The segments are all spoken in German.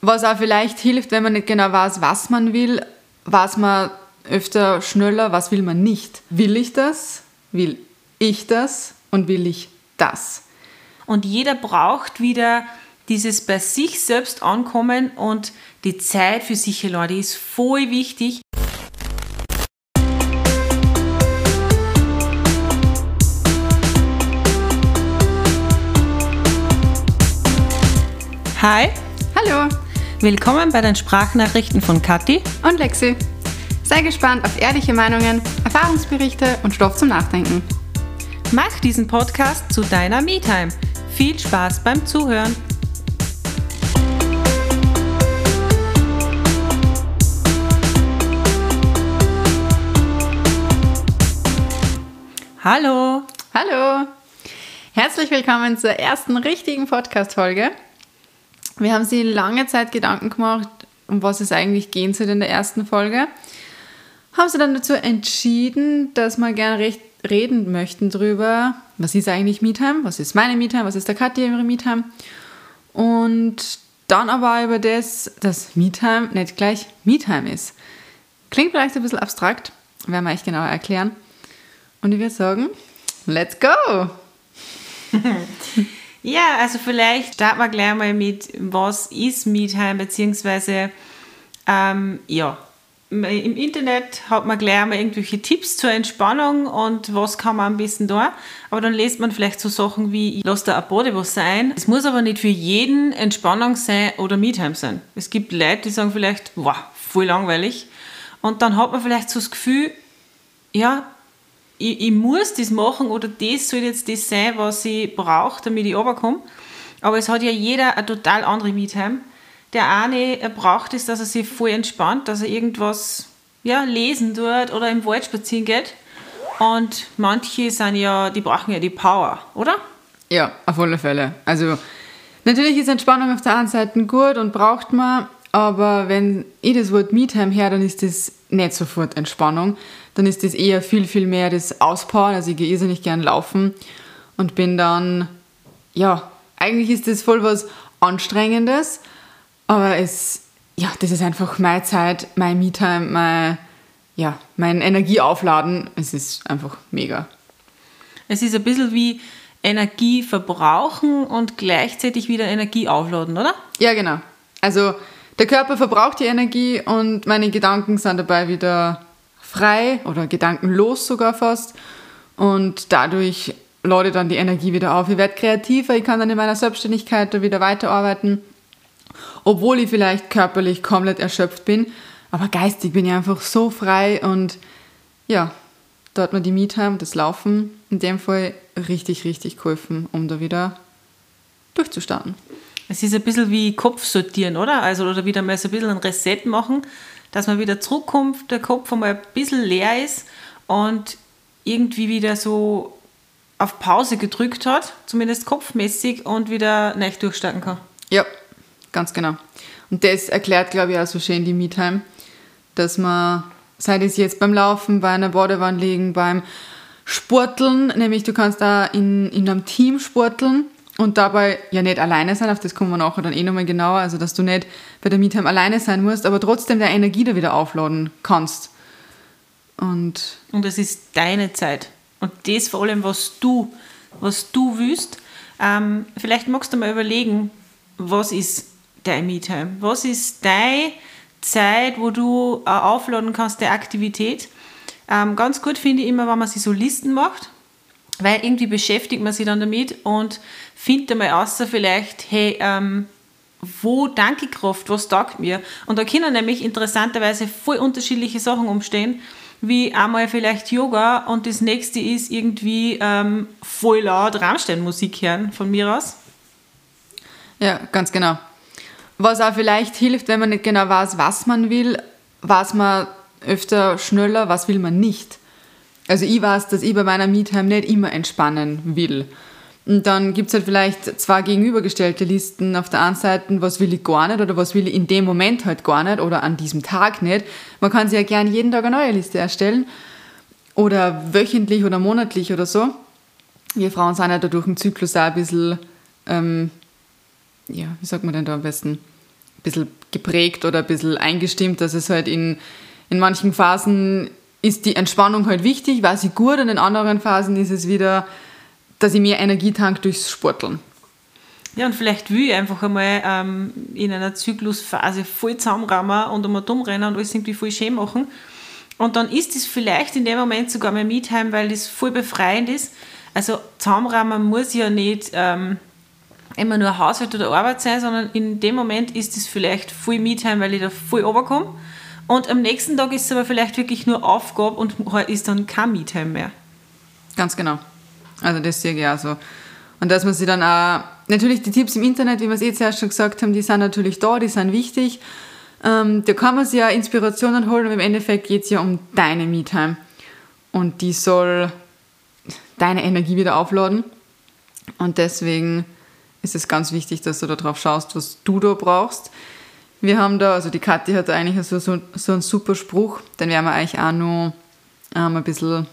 Was auch vielleicht hilft, wenn man nicht genau weiß, was man will, weiß man öfter schneller, was will man nicht. Will ich das? Will ich das? Und will ich das? Und jeder braucht wieder dieses bei sich selbst ankommen und die Zeit für sich allein, die ist voll wichtig. Hi. Hallo. Willkommen bei den Sprachnachrichten von Kathi und Lexi. Sei gespannt auf ehrliche Meinungen, Erfahrungsberichte und Stoff zum Nachdenken. Mach diesen Podcast zu deiner Me-Time. Viel Spaß beim Zuhören. Hallo. Hallo. Herzlich willkommen zur ersten richtigen Podcast-Folge. Wir haben sich lange Zeit Gedanken gemacht, um was es eigentlich gehen soll in der ersten Folge. Haben sie dann dazu entschieden, dass wir gerne reden möchten drüber, was ist eigentlich Me-Time, was ist meine Me-Time, was ist der Kathi ihre Me-Time. Und dann aber über das, dass Me-Time nicht gleich Me-Time ist. Klingt vielleicht ein bisschen abstrakt, werden wir euch genauer erklären. Und ich würde sagen, let's go! Ja, also vielleicht starten wir gleich mal mit, was ist Me-Time, beziehungsweise, im Internet hat man gleich mal irgendwelche Tipps zur Entspannung und was kann man am besten da, aber dann liest man vielleicht so Sachen wie, ich lasse da ein Badewasser ein. Es muss aber nicht für jeden Entspannung sein oder Me-Time sein. Es gibt Leute, die sagen vielleicht, wow, voll langweilig, und dann hat man vielleicht so das Gefühl, ja, ich muss das machen oder das soll jetzt das sein, was ich brauche, damit ich runterkomme. Aber es hat ja jeder eine total andere Me-Time. Der eine braucht es, dass er sich voll entspannt, dass er irgendwas lesen tut oder im Wald spazieren geht. Und manche sind ja, die brauchen ja die Power, oder? Ja, auf alle Fälle. Also natürlich ist Entspannung auf der einen Seite gut und braucht man, aber wenn ich das Wort Me-Time her, dann ist das nicht sofort Entspannung. Dann ist das eher viel, viel mehr das Auspowern. Also ich gehe irrsinnig gern laufen und bin dann, eigentlich ist das voll was Anstrengendes, aber das ist einfach meine Zeit, mein Me-Time, mein Energieaufladen. Es ist einfach mega. Es ist ein bisschen wie Energie verbrauchen und gleichzeitig wieder Energie aufladen, oder? Ja, genau. Also der Körper verbraucht die Energie und meine Gedanken sind dabei wieder frei oder gedankenlos sogar fast. Und dadurch lade ich dann die Energie wieder auf. Ich werde kreativer, ich kann dann in meiner Selbstständigkeit da wieder weiterarbeiten, obwohl ich vielleicht körperlich komplett erschöpft bin. Aber geistig bin ich einfach so frei und da hat mir die Me-Time, das Laufen in dem Fall richtig, richtig geholfen, um da wieder durchzustarten. Es ist ein bisschen wie Kopf sortieren, oder? Oder wieder mal so ein bisschen ein Reset machen, dass man wieder zurückkommt, der Kopf einmal ein bisschen leer ist und irgendwie wieder so auf Pause gedrückt hat, zumindest kopfmäßig, und wieder neu durchstarten kann. Ja, ganz genau. Und das erklärt, glaube ich, auch so schön die Me-Time, dass man, sei es jetzt beim Laufen, bei einer Badewanne liegen, beim Sporteln, nämlich du kannst da in einem Team sporteln, und dabei nicht alleine sein, auf das kommen wir nachher dann nochmal genauer, also dass du nicht bei der Me-Time alleine sein musst, aber trotzdem deine Energie da wieder aufladen kannst. Und es ist deine Zeit. Und das vor allem, was du willst. Vielleicht magst du mal überlegen, was ist deine Me-Time? Was ist deine Zeit, wo du aufladen kannst, der Aktivität? Ganz gut finde ich immer, wenn man sich so Listen macht, weil irgendwie beschäftigt man sich dann damit und findet einmal raus, vielleicht, hey, wo danke Kraft, was taugt mir? Und da können nämlich interessanterweise voll unterschiedliche Sachen umstehen, wie einmal vielleicht Yoga und das nächste ist irgendwie voll laut Rammstein-Musik hören, von mir aus. Ja, ganz genau. Was auch vielleicht hilft, wenn man nicht genau weiß, was man will, weiß man öfter schneller, was will man nicht. Also ich weiß, dass ich bei meiner Me-Time nicht immer entspannen will. Und dann gibt es halt vielleicht zwei gegenübergestellte Listen. Auf der einen Seite, was will ich gar nicht oder was will ich in dem Moment halt gar nicht oder an diesem Tag nicht. Man kann sich ja gerne jeden Tag eine neue Liste erstellen oder wöchentlich oder monatlich oder so. Wir Frauen sind ja da durch den Zyklus auch ein bisschen, wie sagt man denn da am besten, bisschen geprägt oder ein bisschen eingestimmt, dass es halt in manchen Phasen ist die Entspannung halt wichtig, war sie gut, und in anderen Phasen ist es wieder, dass ich mehr Energie tank durchs Sporteln. Ja, und vielleicht will ich einfach einmal in einer Zyklusphase voll zusammenrammen und einmal dumm rennen und alles irgendwie voll schön machen. Und dann ist es vielleicht in dem Moment sogar mein Me-Time, weil das voll befreiend ist. Also zusammenrammen muss ja nicht immer nur Haushalt oder Arbeit sein, sondern in dem Moment ist es vielleicht voll Me-Time, weil ich da voll runterkomme. Und am nächsten Tag ist es aber vielleicht wirklich nur Aufgabe und ist dann kein Me-Time mehr. Ganz genau. Also das sehe ich auch so. Und dass man sich dann auch, natürlich die Tipps im Internet, wie wir es zuerst schon gesagt haben, die sind natürlich da, die sind wichtig. Da kann man sich ja Inspirationen holen, aber im Endeffekt geht es ja um deine Me-Time. Und die soll deine Energie wieder aufladen. Und deswegen ist es ganz wichtig, dass du da drauf schaust, was du da brauchst. Wir haben da, also die Kathi hat da eigentlich so einen super Spruch, den werden wir eigentlich auch noch ein bisschen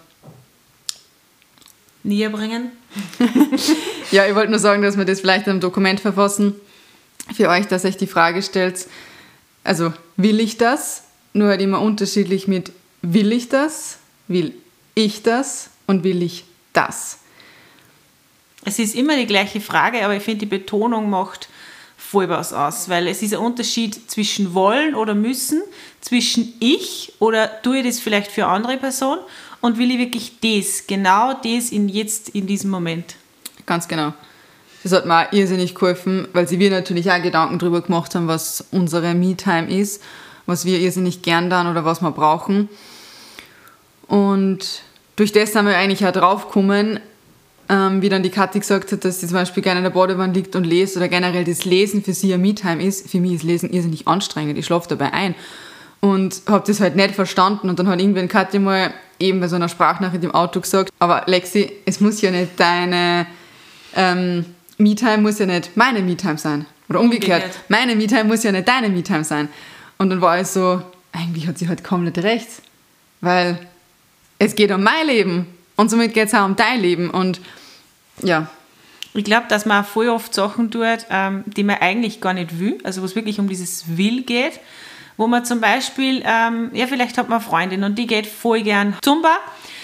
näher bringen. Ja, ich wollte nur sagen, dass wir das vielleicht in einem Dokument verfassen für euch, dass euch die Frage stellt, also will ich das? Nur halt immer unterschiedlich mit will ich das, will ich das und will ich das? Es ist immer die gleiche Frage, aber ich finde, die Betonung macht voll was aus, weil es ist ein Unterschied zwischen wollen oder müssen, zwischen ich oder tue ich das vielleicht für eine andere Person und will ich wirklich das, genau das jetzt in diesem Moment. Ganz genau. Das hat mir auch irrsinnig geholfen, weil wir natürlich auch Gedanken darüber gemacht haben, was unsere Me-Time ist, was wir irrsinnig gern tun oder was wir brauchen. Und durch das sind wir eigentlich auch drauf gekommen, wie dann die Kathi gesagt hat, dass sie zum Beispiel gerne in der Badewanne liegt und lest oder generell das Lesen für sie ein Me-Time ist. Für mich ist Lesen irrsinnig anstrengend, ich schlafe dabei ein. Und habe das halt nicht verstanden. Und dann hat irgendwann Kathi mal eben bei so einer Sprachnachricht im Auto gesagt, aber Lexi, es muss ja nicht deine Me-Time muss ja nicht meine Me-Time sein. Oder umgekehrt, meine Me-Time muss ja nicht deine Me-Time sein. Und dann war ich so, eigentlich hat sie halt komplett recht. Weil es geht um mein Leben. Und somit geht es auch um dein Leben. Und ja. Ich glaube, dass man auch voll oft Sachen tut, die man eigentlich gar nicht will. Also wo es wirklich um dieses Will geht. Wo man zum Beispiel, vielleicht hat man eine Freundin und die geht voll gern Zumba.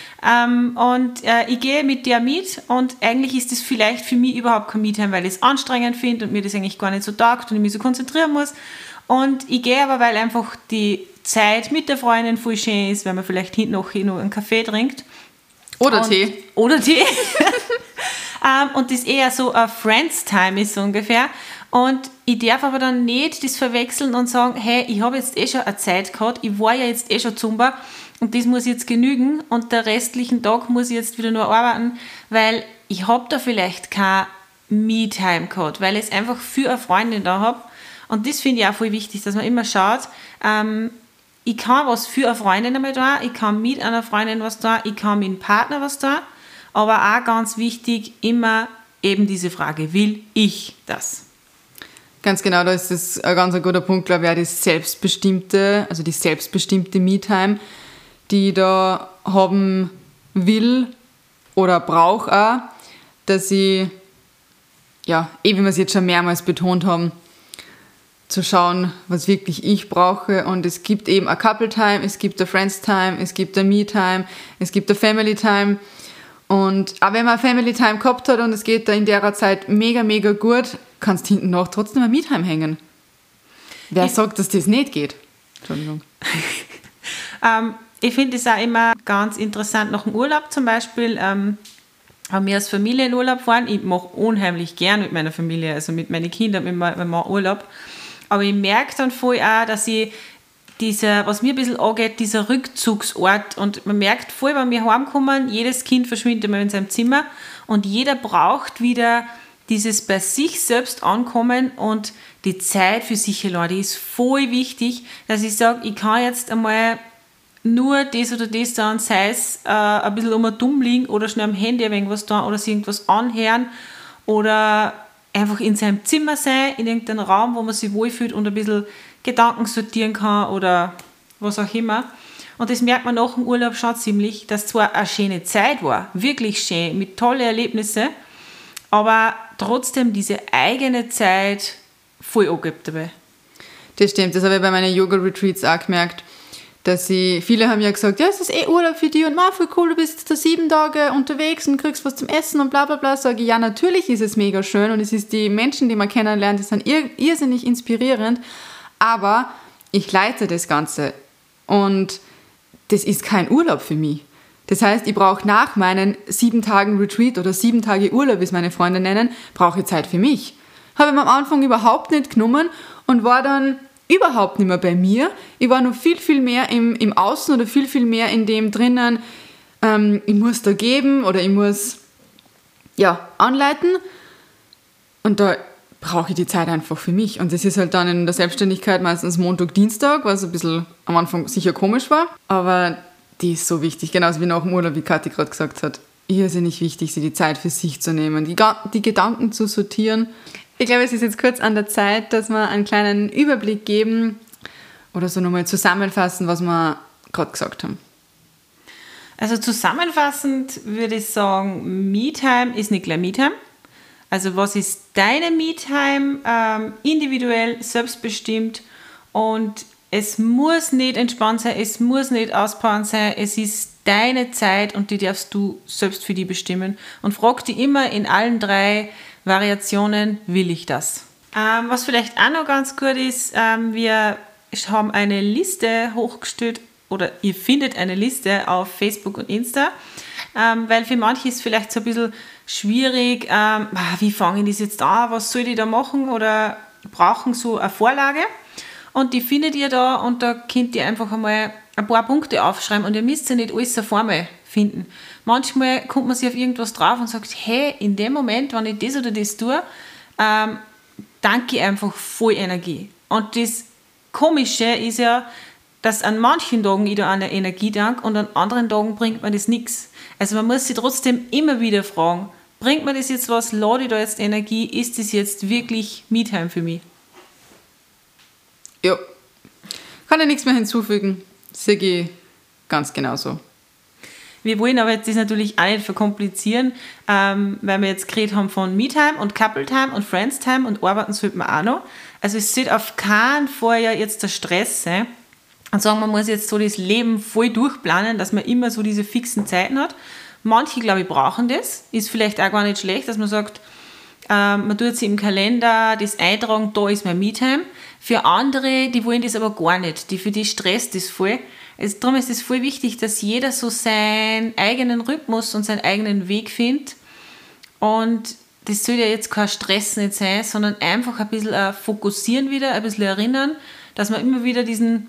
Und ich gehe mit der mit und eigentlich ist das vielleicht für mich überhaupt kein Me-Time, weil ich es anstrengend finde und mir das eigentlich gar nicht so taugt und ich mich so konzentrieren muss. Und ich gehe aber, weil einfach die Zeit mit der Freundin voll schön ist, weil man vielleicht hinten noch einen Kaffee trinkt. Oder Tee. Oder Tee. Und das eher so ein Friends-Time ist so ungefähr. Und ich darf aber dann nicht das verwechseln und sagen, hey, ich habe jetzt schon eine Zeit gehabt, ich war ja jetzt schon Zumba und das muss jetzt genügen und der restlichen Tag muss ich jetzt wieder nur arbeiten, weil ich habe da vielleicht kein Me-Time gehabt, weil ich es einfach für eine Freundin da habe. Und das finde ich auch voll wichtig, dass man immer schaut, ich kann was für eine Freundin einmal tun, ich kann mit einer Freundin was tun, ich kann mit einem Partner was tun, aber auch ganz wichtig, immer eben diese Frage, will ich das? Ganz genau, da ist das ein ganz guter Punkt, glaube ich, auch die selbstbestimmte Me-Time, die ich da haben will oder brauche auch, dass ich, ja, wie wir es jetzt schon mehrmals betont haben, zu schauen, was wirklich ich brauche. Und es gibt eben ein Couple-Time, es gibt ein Friends-Time, es gibt ein Me-Time, es gibt ein Family-Time. Und auch wenn man ein Family-Time gehabt hat und es geht da in der Zeit mega, mega gut, kannst du hinten noch trotzdem ein Me-Time hängen. Wer sagt, dass das nicht geht? Entschuldigung. Ich finde es auch immer ganz interessant, nach dem Urlaub zum Beispiel, haben wir als Familie in Urlaub fahren. Ich mache unheimlich gern mit meiner Familie, also mit meinen Kindern, mit meinem Mann Urlaub. Aber ich merke dann voll auch, dass ich was mir ein bisschen angeht, dieser Rückzugsort, und man merkt voll, wenn wir heimkommen, jedes Kind verschwindet immer in seinem Zimmer und jeder braucht wieder dieses bei sich selbst ankommen und die Zeit für sich allein, die ist voll wichtig, dass ich sage, ich kann jetzt einmal nur das oder das tun, sei es ein bisschen dumm liegen oder schnell am Handy irgendwas tun oder sich irgendwas anhören oder einfach in seinem Zimmer sein, in irgendeinem Raum, wo man sich wohlfühlt und ein bisschen Gedanken sortieren kann oder was auch immer. Und das merkt man nach dem Urlaub schon ziemlich, dass zwar eine schöne Zeit war, wirklich schön, mit tollen Erlebnissen, aber trotzdem diese eigene Zeit voll angibt dabei. Das stimmt, das habe ich bei meinen Yoga-Retreats auch gemerkt, dass viele haben ja gesagt, ja, es ist Urlaub für dich und voll cool, du bist da 7 Tage unterwegs und kriegst was zum Essen und bla bla bla. Sage ich, ja, natürlich ist es mega schön und es ist die Menschen, die man kennenlernt, die sind irrsinnig inspirierend, aber ich leite das Ganze und das ist kein Urlaub für mich. Das heißt, ich brauche nach meinen 7 Tagen Retreat oder 7 Tage Urlaub, wie es meine Freunde nennen, brauche ich Zeit für mich. Habe ich am Anfang überhaupt nicht genommen und war dann überhaupt nicht mehr bei mir. Ich war noch viel, viel mehr im Außen oder viel, viel mehr in dem drinnen, ich muss da geben oder ich muss anleiten. Und da brauche ich die Zeit einfach für mich. Und das ist halt dann in der Selbstständigkeit meistens Montag, Dienstag, was ein bisschen am Anfang sicher komisch war. Aber die ist so wichtig, genauso wie nach dem Urlaub, wie Kathi gerade gesagt hat. Irrsinnig wichtig, sich die Zeit für sich zu nehmen, die Gedanken zu sortieren. Ich glaube, es ist jetzt kurz an der Zeit, dass wir einen kleinen Überblick geben oder so nochmal zusammenfassen, was wir gerade gesagt haben. Also zusammenfassend würde ich sagen, Me-Time ist nicht gleich Me-Time. Also was ist deine Me-Time? Individuell, selbstbestimmt und es muss nicht entspannt sein, es muss nicht auspowern sein, es ist deine Zeit und die darfst du selbst für dich bestimmen. Und frag dich immer in allen 3 Variationen, will ich das? Was vielleicht auch noch ganz gut ist, wir haben eine Liste hochgestellt oder ihr findet eine Liste auf Facebook und Insta, weil für manche ist es vielleicht so ein bisschen schwierig, wie fange ich das jetzt an, was soll ich da machen oder brauchen so eine Vorlage und die findet ihr da und da könnt ihr einfach einmal ein paar Punkte aufschreiben und ihr müsst ja nicht alles auf einmal finden. Manchmal kommt man sich auf irgendwas drauf und sagt, hey, in dem Moment, wenn ich das oder das tue, danke ich einfach voll Energie. Und das Komische ist ja, dass an manchen Tagen ich da eine Energie danke und an anderen Tagen bringt mir das nichts. Also man muss sich trotzdem immer wieder fragen, bringt mir das jetzt was, lade ich da jetzt Energie, ist das jetzt wirklich Me-Time für mich? Ja, kann ich nichts mehr hinzufügen, sehe ich ganz genauso. Wir wollen aber jetzt das natürlich auch nicht verkomplizieren, weil wir jetzt geredet haben von Me-Time und Couple-Time und Friends-Time und arbeiten sollte man auch noch. Also es sollte auf keinen Fall ja jetzt der Stress sein und sagen, man muss jetzt so das Leben voll durchplanen, dass man immer so diese fixen Zeiten hat. Manche, glaube ich, brauchen das. Ist vielleicht auch gar nicht schlecht, dass man sagt, man tut sich im Kalender das eintragen, da ist mein Me-Time. Für andere, die wollen das aber gar nicht. Für die stresst das voll. Also darum ist es voll wichtig, dass jeder so seinen eigenen Rhythmus und seinen eigenen Weg findet. Und das soll ja jetzt kein Stress nicht sein, sondern einfach ein bisschen fokussieren wieder, ein bisschen erinnern, dass man immer wieder diese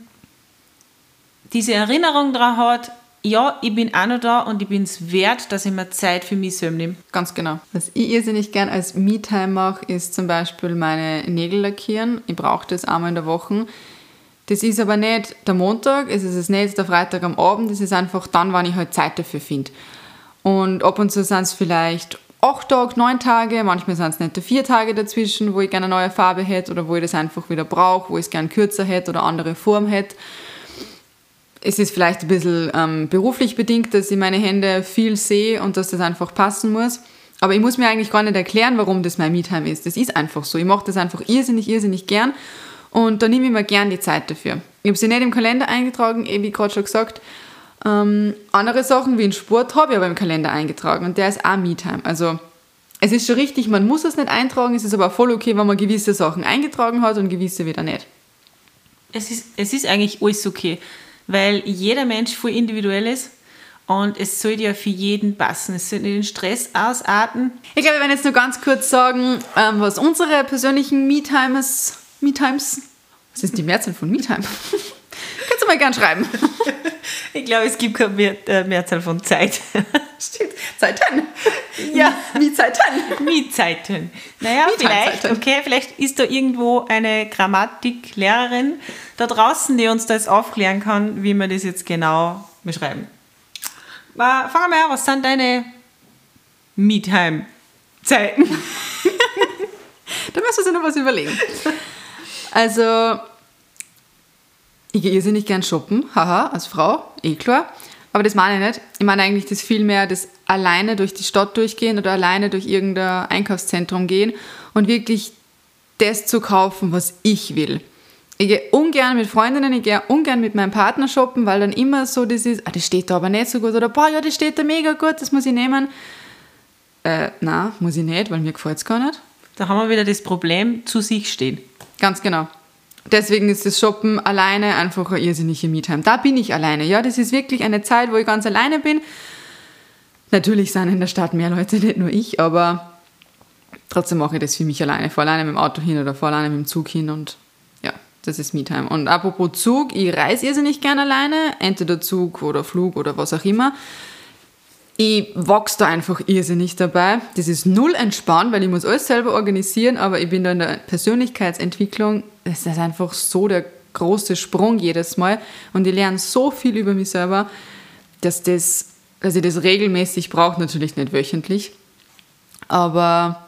Erinnerung daran hat, ja, ich bin auch noch da und ich bin es wert, dass ich mir Zeit für mich selbst nehme. Ganz genau. Was ich irrsinnig gern als Me-Time mache, ist zum Beispiel meine Nägel lackieren. Ich brauche das einmal in der Woche. Das ist aber nicht der Montag, es ist nicht der Freitag am Abend, das ist einfach dann, wann ich halt Zeit dafür finde. Und ab und zu sind es vielleicht 8 Tage, 9 Tage, manchmal sind es nicht 4 Tage dazwischen, wo ich gerne eine neue Farbe hätte oder wo ich das einfach wieder brauche, wo ich es gerne kürzer hätte oder andere Form hätte. Es ist vielleicht ein bisschen beruflich bedingt, dass ich meine Hände viel sehe und dass das einfach passen muss. Aber ich muss mir eigentlich gar nicht erklären, warum das mein Me-Time ist. Das ist einfach so. Ich mache das einfach irrsinnig, irrsinnig gern. Und da nehme ich mir gern die Zeit dafür. Ich habe sie nicht im Kalender eingetragen, wie gerade schon gesagt. Andere Sachen wie den Sport habe ich aber im Kalender eingetragen und der ist auch Me-Time. Also es ist schon richtig, man muss es nicht eintragen, es ist aber voll okay, wenn man gewisse Sachen eingetragen hat und gewisse wieder nicht. Es ist eigentlich alles okay, weil jeder Mensch voll individuell ist und es sollte ja für jeden passen. Es sollte nicht den Stress ausarten. Ich glaube, wir werden jetzt nur ganz kurz sagen, was unsere persönlichen Me-Times, was ist die Mehrzahl von Me-Time? Kannst du mal gern schreiben. Ich glaube, es gibt keine Mehrzahl von Zeit. Stimmt, Zeiten. Ja, Me-Zeiten. Me-Zeiten. Naja, vielleicht ist da irgendwo eine Grammatiklehrerin da draußen, die uns da jetzt aufklären kann, wie wir das jetzt genau beschreiben. Fangen wir mal an, was sind deine Me-Time-Zeiten? Da müssen wir uns noch was überlegen. Also, ich gehe irrsinnig gern shoppen, haha, als Frau, klar. Aber das meine ich nicht. Ich meine eigentlich das vielmehr, das alleine durch die Stadt durchgehen oder alleine durch irgendein Einkaufszentrum gehen und wirklich das zu kaufen, was ich will. Ich gehe ungern mit Freundinnen, ich gehe ungern mit meinem Partner shoppen, weil dann immer so das ist, das steht da aber nicht so gut oder boah, ja, das steht da mega gut, das muss ich nehmen. Nein, muss ich nicht, weil mir gefällt es gar nicht. Da haben wir wieder das Problem, zu sich stehen. Ganz genau. Deswegen ist das Shoppen alleine einfach eine irrsinnige Me-Time. Da bin ich alleine. Ja, das ist wirklich eine Zeit, wo ich ganz alleine bin. Natürlich sind in der Stadt mehr Leute, nicht nur ich, aber trotzdem mache ich das für mich alleine. Fahre alleine mit dem Auto hin oder fahre alleine mit dem Zug hin und ja, das ist Me-Time. Und apropos Zug, ich reise irrsinnig gerne alleine, entweder Zug oder Flug oder was auch immer. Ich wachse da einfach irrsinnig dabei. Das ist null entspannt, weil ich muss alles selber organisieren, aber ich bin da in der Persönlichkeitsentwicklung, das ist einfach so der große Sprung jedes Mal und ich lerne so viel über mich selber, dass ich das regelmäßig brauche, natürlich nicht wöchentlich, aber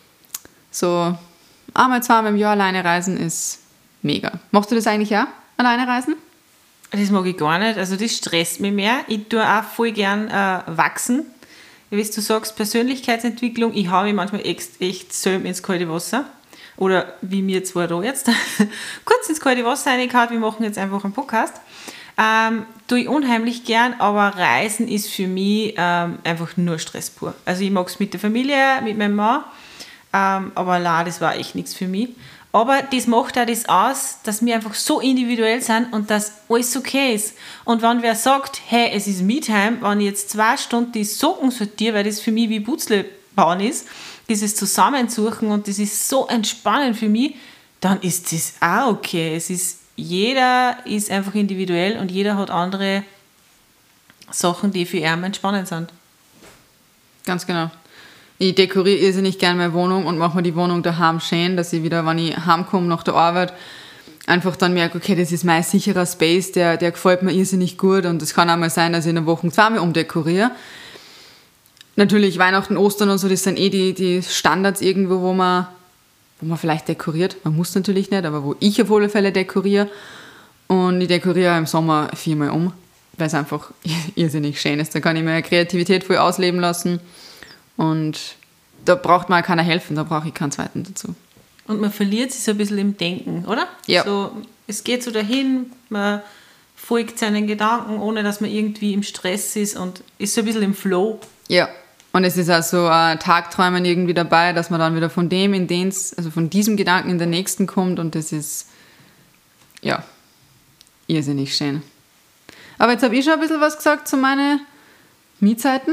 so einmal, zweimal im Jahr alleine reisen ist mega. Machst du das eigentlich auch, alleine reisen? Das mag ich gar nicht, also das stresst mich mehr. Ich tue auch voll gern wachsen. Wie du sagst, Persönlichkeitsentwicklung, ich habe mich manchmal echt selber ins kalte Wasser. Oder wie mir zwei da jetzt, kurz ins kalte Wasser reingehauen, wir machen jetzt einfach einen Podcast. Tue ich unheimlich gern, aber Reisen ist für mich einfach nur Stress pur. Also ich mag es mit der Familie, mit meinem Mann, aber allein, das war echt nichts für mich. Aber das macht auch das aus, dass wir einfach so individuell sind und dass alles okay ist. Und wenn wer sagt, hey, es ist Me-Time, wenn ich jetzt 2 Stunden die Socken sortiere, weil das für mich wie Putzle bauen ist, dieses Zusammensuchen und das ist so entspannend für mich, dann ist das auch okay. Jeder ist einfach individuell und jeder hat andere Sachen, die für ihn entspannend sind. Ganz genau. Ich dekoriere irrsinnig gerne meine Wohnung und mache mir die Wohnung daheim schön, dass ich wieder, wenn ich heimkomme nach der Arbeit, einfach dann merke, okay, das ist mein sicherer Space, der gefällt mir irrsinnig gut und es kann auch mal sein, dass ich in der Woche 2-mal umdekoriere. Natürlich Weihnachten, Ostern und so, das sind die Standards irgendwo, wo man vielleicht dekoriert. Man muss natürlich nicht, aber wo ich auf alle Fälle dekoriere. Und ich dekoriere im Sommer 4-mal um, weil es einfach irrsinnig schön ist. Da kann ich meine Kreativität voll ausleben lassen. Und da braucht mir auch keiner helfen, da brauche ich keinen zweiten dazu. Und man verliert sich so ein bisschen im Denken, oder? Ja. So, es geht so dahin, man folgt seinen Gedanken, ohne dass man irgendwie im Stress ist und ist so ein bisschen im Flow. Ja, und es ist auch so ein Tagträumen irgendwie dabei, dass man dann wieder von von diesem Gedanken in den nächsten kommt und das ist, ja, irrsinnig schön. Aber jetzt habe ich schon ein bisschen was gesagt zu meinen Mietzeiten.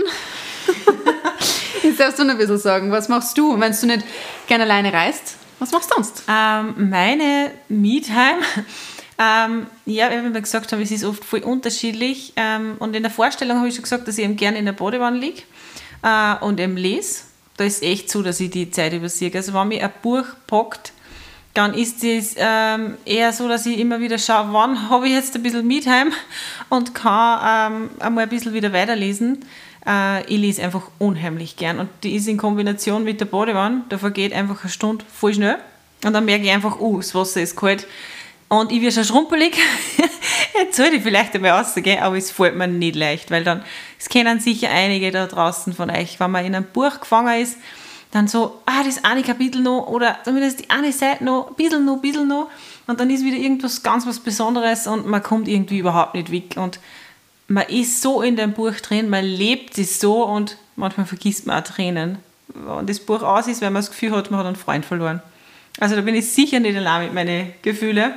Jetzt darfst du noch ein bisschen sagen, was machst du, wenn du nicht gerne alleine reist? Was machst du sonst? Meine Me-Time, wie wir gesagt haben, es ist oft voll unterschiedlich. Und in der Vorstellung habe ich schon gesagt, dass ich eben gerne in der Badewanne liege und eben lese. Da ist es echt so, dass ich die Zeit übersehe. Also wenn mich ein Buch packt, dann ist es eher so, dass ich immer wieder schaue, wann habe ich jetzt ein bisschen Me-Time und kann einmal ein bisschen wieder weiterlesen. Ich lese einfach unheimlich gern und die ist in Kombination mit der Badewanne, da vergeht einfach eine Stunde voll schnell und dann merke ich einfach, das Wasser ist kalt und ich werde schon schrumpelig. Jetzt sollte ich vielleicht einmal rausgehen, aber es fällt mir nicht leicht, weil dann, es kennen sicher einige da draußen von euch, wenn man in einem Buch gefangen ist, dann so, das eine Kapitel noch oder zumindest die eine Seite noch, ein bisschen noch und dann ist wieder irgendwas ganz was Besonderes und man kommt irgendwie überhaupt nicht weg und man ist so in dem Buch drin, man lebt es so und manchmal vergisst man auch Tränen. Wenn das Buch aus ist, weil man das Gefühl hat, man hat einen Freund verloren. Also da bin ich sicher nicht allein mit meinen Gefühlen.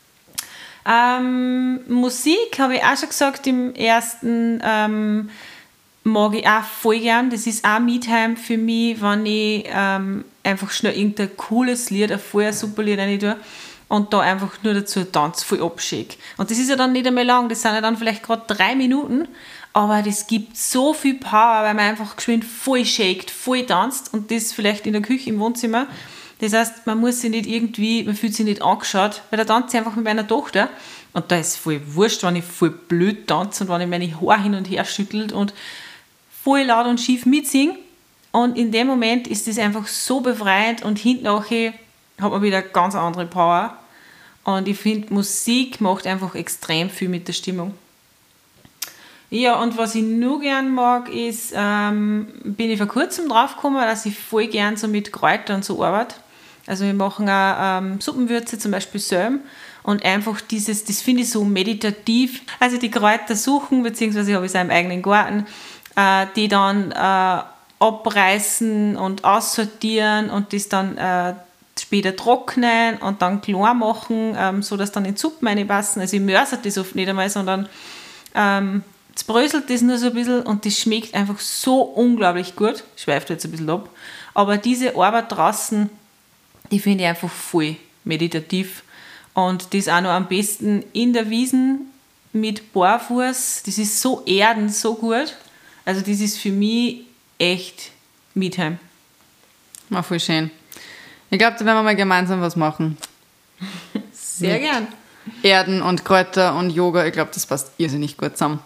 Musik, habe ich auch schon gesagt, im ersten mag ich auch voll gern. Das ist auch Me-Time für mich, wenn ich einfach schnell irgendein cooles Lied, ein voll super Lied rein tue. Und da einfach nur dazu tanzt, voll abschicke. Und das ist ja dann nicht einmal lang, das sind ja dann vielleicht gerade 3 Minuten, aber das gibt so viel Power, weil man einfach geschwind voll shakt, voll tanzt und das vielleicht in der Küche, im Wohnzimmer. Das heißt, man fühlt sich nicht angeschaut, weil da tanze ich einfach mit meiner Tochter und da ist es voll wurscht, wenn ich voll blöd tanze und wenn ich meine Haare hin und her schüttelt und voll laut und schief mitsinge. Und in dem Moment ist das einfach so befreiend und hinten nachher hat man wieder ganz andere Power. Und ich finde, Musik macht einfach extrem viel mit der Stimmung. Ja, und was ich nur gern mag, ist, bin ich vor kurzem drauf gekommen, dass ich voll gern so mit Kräutern so arbeite. Also wir machen auch Suppenwürze, zum Beispiel Söm. und einfach das finde ich so meditativ. Also die Kräuter suchen, beziehungsweise habe ich es auch im eigenen Garten, die dann abreißen und aussortieren und das dann später trocknen und dann klar machen, sodass dann in die Suppen reinpassen. Also ich mörse das oft nicht einmal, sondern jetzt bröselt das nur so ein bisschen und das schmeckt einfach so unglaublich gut. Schweift jetzt ein bisschen ab. Aber diese Arbeit draußen, die finde ich einfach voll meditativ. Und das auch noch am besten in der Wiesen mit Barfuß. Das ist so erdend, so gut. Also das ist für mich echt Me-Time. War voll schön. Ich glaube, da werden wir mal gemeinsam was machen. Sehr gern. Erden und Kräuter und Yoga, ich glaube, das passt irrsinnig gut zusammen.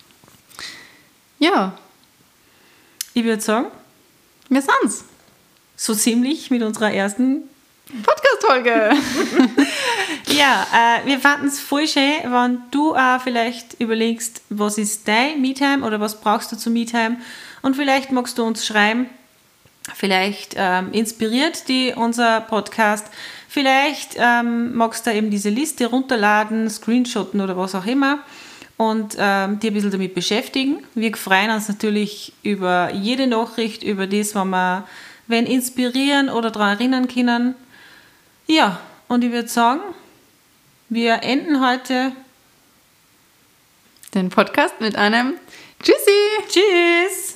Ja. Ich würde sagen, Wir sind's. so ziemlich mit unserer ersten Podcast-Folge. Ja, wir fanden es voll schön, wenn du auch vielleicht überlegst, was ist dein Me-Time oder was brauchst du zum Me-Time und vielleicht magst du uns schreiben, vielleicht inspiriert die unser Podcast, vielleicht magst du eben diese Liste runterladen, screenshotten oder was auch immer und dir ein bisschen damit beschäftigen. Wir freuen uns natürlich über jede Nachricht, über das, was wir inspirieren oder daran erinnern können. Ja, und ich würde sagen, wir enden heute Den Podcast mit einem Tschüssi. Tschüss!